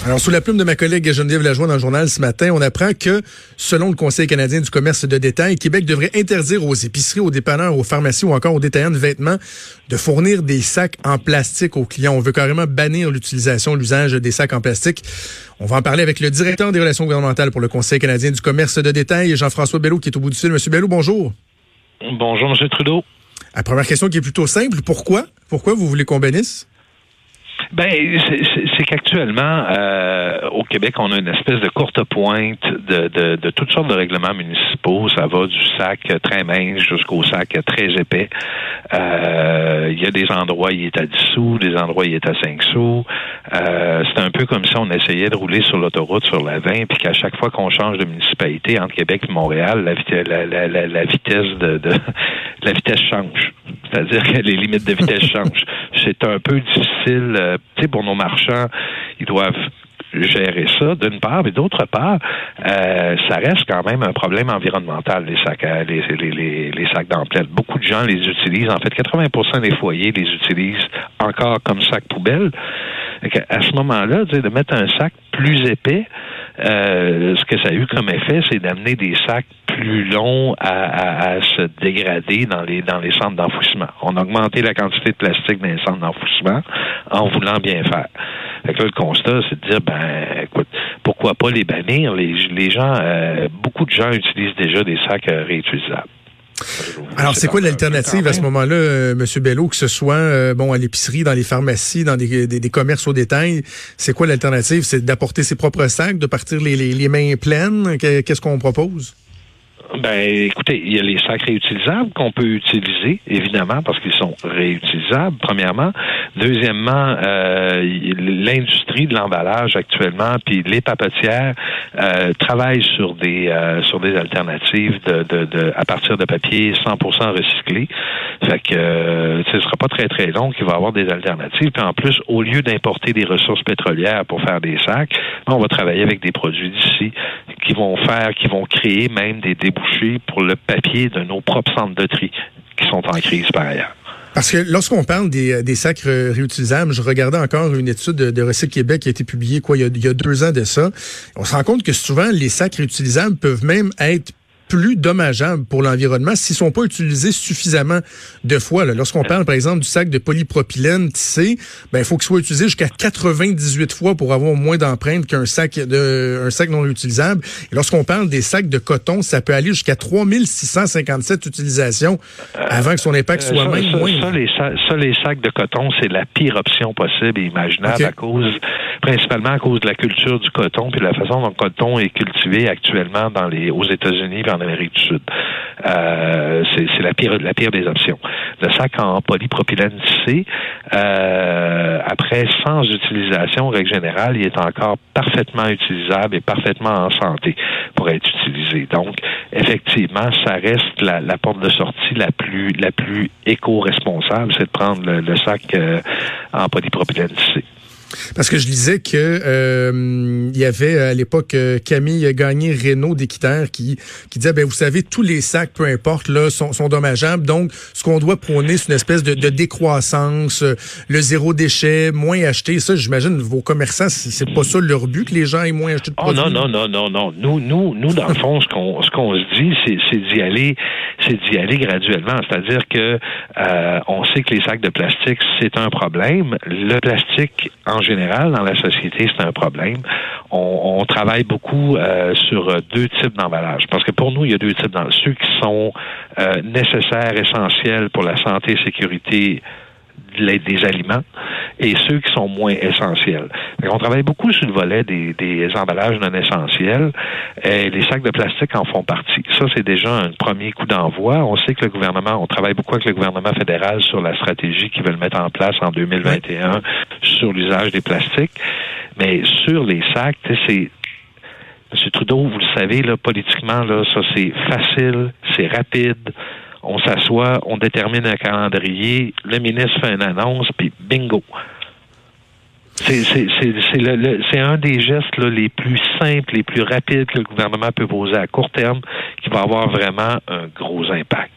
Alors, sous la plume de ma collègue Geneviève Lajoie dans le journal ce matin, on apprend que, selon le Conseil canadien du commerce de détail, Québec devrait interdire aux épiceries, aux dépanneurs, aux pharmacies ou encore aux détaillants de vêtements de fournir des sacs en plastique aux clients. On veut carrément bannir l'usage des sacs en plastique. On va en parler avec le directeur des relations gouvernementales pour le Conseil canadien du commerce de détail, Jean-François Belleau, qui est au bout du fil. Monsieur Belleau, bonjour. Bonjour, M. Trudeau. La première question qui est plutôt simple, pourquoi? Pourquoi vous voulez qu'on bannisse? Ben, c'est qu'actuellement, au Québec, on a une espèce de courte pointe de toutes sortes de règlements municipaux. Ça va du sac très mince jusqu'au sac très épais. Il y a des endroits où il est à 10 sous, des endroits où il est à 5 sous. C'est un peu comme si on essayait de rouler sur l'autoroute sur la 20, puis qu'à chaque fois qu'on change de municipalité entre Québec et Montréal, la vitesse change. C'est-à-dire que les limites de vitesse changent. C'est un peu difficile, pour nos marchands, ils doivent gérer ça d'une part, mais d'autre part, ça reste quand même un problème environnemental, les sacs les sacs d'emplettes. Beaucoup de gens les utilisent. En fait, 80% des foyers les utilisent encore comme sac poubelle. À ce moment-là, de mettre un sac plus épais, ce que ça a eu comme effet, c'est d'amener des sacs plus longs à se dégrader dans les centres d'enfouissement. On a augmenté la quantité de plastique dans les centres d'enfouissement en voulant bien faire. Fait que là, le constat, c'est de dire, écoute, pourquoi pas les bannir? Les gens, beaucoup de gens utilisent déjà des sacs réutilisables. Alors, c'est quoi l'alternative à ce moment-là, M. Belleau, que ce soit à l'épicerie, dans les pharmacies, dans des commerces au détail? C'est quoi l'alternative? C'est d'apporter ses propres sacs, de partir les mains pleines? Qu'est-ce qu'on propose? Écoutez, il y a les sacs réutilisables qu'on peut utiliser, évidemment, parce qu'ils sont réutilisables, premièrement. Deuxièmement, l'industrie de l'emballage actuellement, puis les papetières travaillent sur des alternatives à partir de papier 100% recyclé. Fait que ce sera pas très très long qu'il va y avoir des alternatives. Puis en plus, au lieu d'importer des ressources pétrolières pour faire des sacs, on va travailler avec des produits d'ici qui vont créer même des débouchés pour le papier de nos propres centres de tri qui sont en crise par ailleurs. Parce que lorsqu'on parle des sacs réutilisables, je regardais encore une étude de Recycle Québec qui a été publiée il y a 2 ans de ça. On se rend compte que souvent, les sacs réutilisables peuvent même être plus dommageables pour l'environnement s'ils ne sont pas utilisés suffisamment de fois. Là. Lorsqu'on parle, par exemple, du sac de polypropylène tissé, il faut qu'il soit utilisé jusqu'à 98 fois pour avoir moins d'empreintes qu'un sac non réutilisable. Et lorsqu'on parle des sacs de coton, ça peut aller jusqu'à 3657 utilisations avant que son impact soit même moins. Les sacs de coton, c'est la pire option possible et imaginable principalement à cause de la culture du coton puis de la façon dont le coton est cultivé actuellement aux États-Unis et en Amérique du Sud. C'est la pire des options. Le sac en polypropylène tissé, après 100 utilisations, en règle générale, il est encore parfaitement utilisable et parfaitement en santé pour être utilisé. Donc, effectivement, ça reste la porte de sortie la plus éco-responsable, c'est de prendre le sac en polypropylène tissé. Parce que je lisais que il y avait à l'époque Camille Gagné-Renaud d'Équiterre qui disait, vous savez, tous les sacs, peu importe, là, sont dommageables. Donc, ce qu'on doit prôner, c'est une espèce de décroissance, le zéro déchet, moins acheter. Ça, j'imagine, vos commerçants, c'est pas ça leur but, que les gens aient moins acheté de produits? Oh non. Nous, dans le fond, ce qu'on se dit, c'est d'y aller graduellement. C'est-à-dire que on sait que les sacs de plastique, c'est un problème. Le plastique, en général, dans la société, c'est un problème. On travaille beaucoup sur 2 types d'emballage. Parce que pour nous, il y a 2 types d'emballage. Ceux qui sont nécessaires, essentiels pour la santé et sécurité des aliments et ceux qui sont moins essentiels. On travaille beaucoup sur le volet des emballages non essentiels et les sacs de plastique en font partie. Ça, c'est déjà un premier coup d'envoi. On sait que on travaille beaucoup avec le gouvernement fédéral sur la stratégie qu'ils veulent mettre en place en 2021 sur l'usage des plastiques. Mais sur les sacs, M. Trudeau, vous le savez, là, politiquement, là, ça c'est facile, c'est rapide. On s'assoit, on détermine un calendrier, le ministre fait une annonce, puis bingo. C'est un des gestes là, les plus simples, les plus rapides que le gouvernement peut poser à court terme qui va avoir vraiment un gros impact.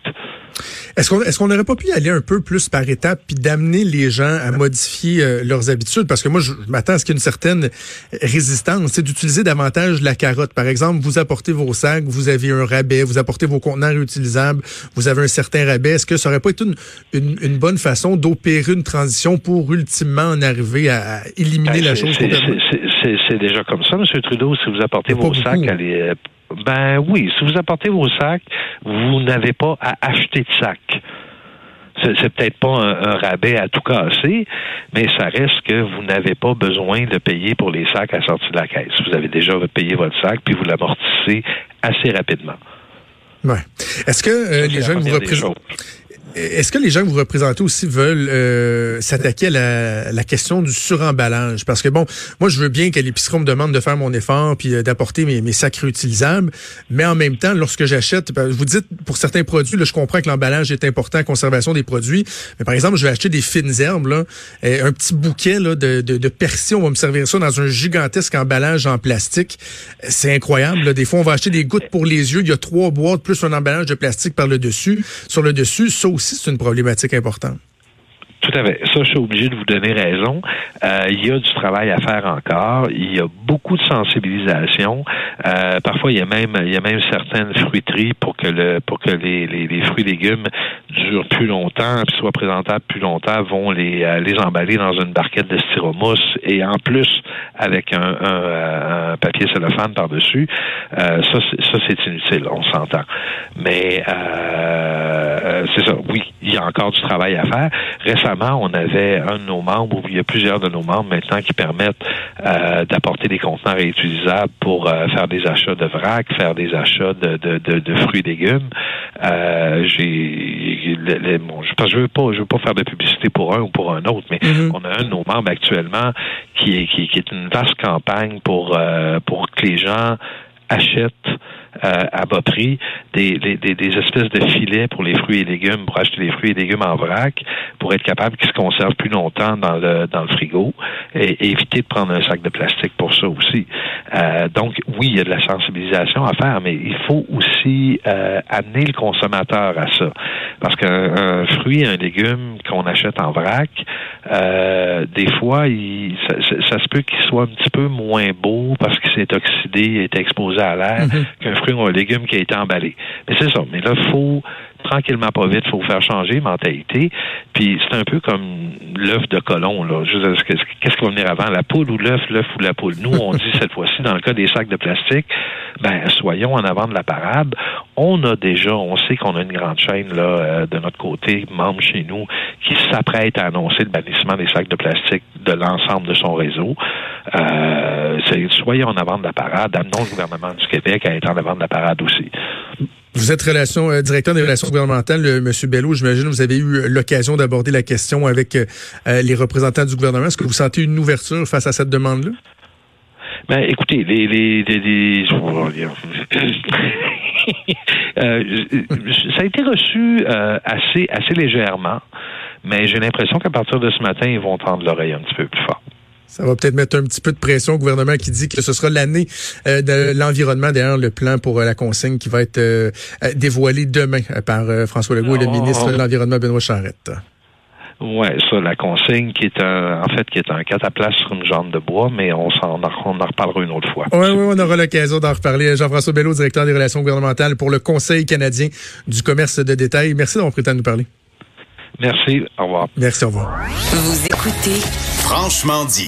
Est-ce qu'on n'aurait pas pu y aller un peu plus par étapes puis d'amener les gens à modifier leurs habitudes? Parce que moi, je m'attends à ce qu'il y ait une certaine résistance, c'est d'utiliser davantage la carotte. Par exemple, vous apportez vos sacs, vous avez un rabais, vous apportez vos contenants réutilisables, vous avez un certain rabais. Est-ce que ça aurait pas été une bonne façon d'opérer une transition pour ultimement en arriver à éliminer la chose complètement? C'est déjà comme ça, M. Trudeau, si vous apportez vos sacs, ben oui, si vous apportez vos sacs, vous n'avez pas à acheter de sacs. C'est peut-être pas un rabais à tout casser, mais ça reste que vous n'avez pas besoin de payer pour les sacs à la sortie de la caisse. Vous avez déjà payé votre sac, puis vous l'amortissez assez rapidement. Ouais. Est-ce que les gens que vous représentez... Est-ce que les gens que vous représentez aussi veulent s'attaquer à la question du suremballage? Parce que bon, moi je veux bien qu'à l'épicerie on me demande de faire mon effort puis d'apporter mes sacs réutilisables, mais en même temps, lorsque j'achète, vous dites pour certains produits, là, je comprends que l'emballage est important, la conservation des produits, mais par exemple, je vais acheter des fines herbes, là, un petit bouquet là, de persil, on va me servir ça dans un gigantesque emballage en plastique. C'est incroyable. Là. Des fois, on va acheter des gouttes pour les yeux, il y a 3 boîtes plus un emballage de plastique par le dessus. Sur le dessus, ça aussi, c'est une problématique importante. Tout à fait. Ça, je suis obligé de vous donner raison. Il y a du travail à faire encore. Il y a beaucoup de sensibilisation. Parfois, il y a même certaines fruiteries pour que les fruits et légumes durent plus longtemps, puis soient présentables plus longtemps, vont les emballer dans une barquette de styromousse et en plus avec un papier cellophane par-dessus. Ça, c'est inutile, on s'entend. Mais c'est ça. Oui, il y a encore du travail à faire. Récemment, on avait un de nos membres, ou il y a plusieurs de nos membres maintenant qui permettent d'apporter des contenants réutilisables pour faire des achats de vrac, faire des achats de fruits et légumes. Je veux pas faire de publicité pour un ou pour un autre, mais on a un de nos membres actuellement qui est une vaste campagne pour que les gens achètent à bas prix des espèces de filets pour les fruits et légumes, pour acheter les fruits et légumes en vrac, pour être capable qu'ils se conservent plus longtemps dans le frigo et éviter de prendre un sac de plastique pour ça aussi. Donc, oui, il y a de la sensibilisation à faire, mais il faut aussi amener le consommateur à ça. Parce qu'un fruit, un légume qu'on achète en vrac, des fois, ça se peut qu'il soit un petit peu moins beau parce qu'il s'est oxydé, est exposé à l'air, qu'un fruit ou un légume qui a été emballé. Mais c'est ça. Mais là, il faut, tranquillement, pas vite, il faut faire changer la mentalité. Puis c'est un peu comme l'œuf de colon, là. Qu'est-ce qui va venir avant? La poule ou l'œuf ou la poule? Nous, on dit cette fois-ci, dans le cas des sacs de plastique, soyons en avant de la parade. On sait qu'on a une grande chaîne là de notre côté, membre chez nous, qui s'apprête à annoncer le bannissement des sacs de plastique de l'ensemble de son réseau. Soyons en avant de la parade, amenons le gouvernement du Québec à être en avant de la parade aussi. Vous êtes directeur des relations gouvernementales, M. Bello. J'imagine que vous avez eu l'occasion d'aborder la question avec les représentants du gouvernement. Est-ce que vous sentez une ouverture face à cette demande-là? Écoutez, ça a été reçu assez légèrement, mais j'ai l'impression qu'à partir de ce matin, ils vont tendre l'oreille un petit peu plus fort. Ça va peut-être mettre un petit peu de pression au gouvernement qui dit que ce sera l'année de l'environnement. D'ailleurs, le plan pour la consigne qui va être dévoilé demain par François Legault et le ministre de l'Environnement, Benoît Charette. Oui, ça, la consigne qui est un cataplasme sur une jambe de bois, mais on en reparlera une autre fois. Oui, on aura l'occasion d'en reparler. Jean-François Bello, directeur des relations gouvernementales pour le Conseil canadien du commerce de détail. Merci d'avoir pris le temps de nous parler. Merci, au revoir. Merci, au revoir. Vous écoutez Franchement dit.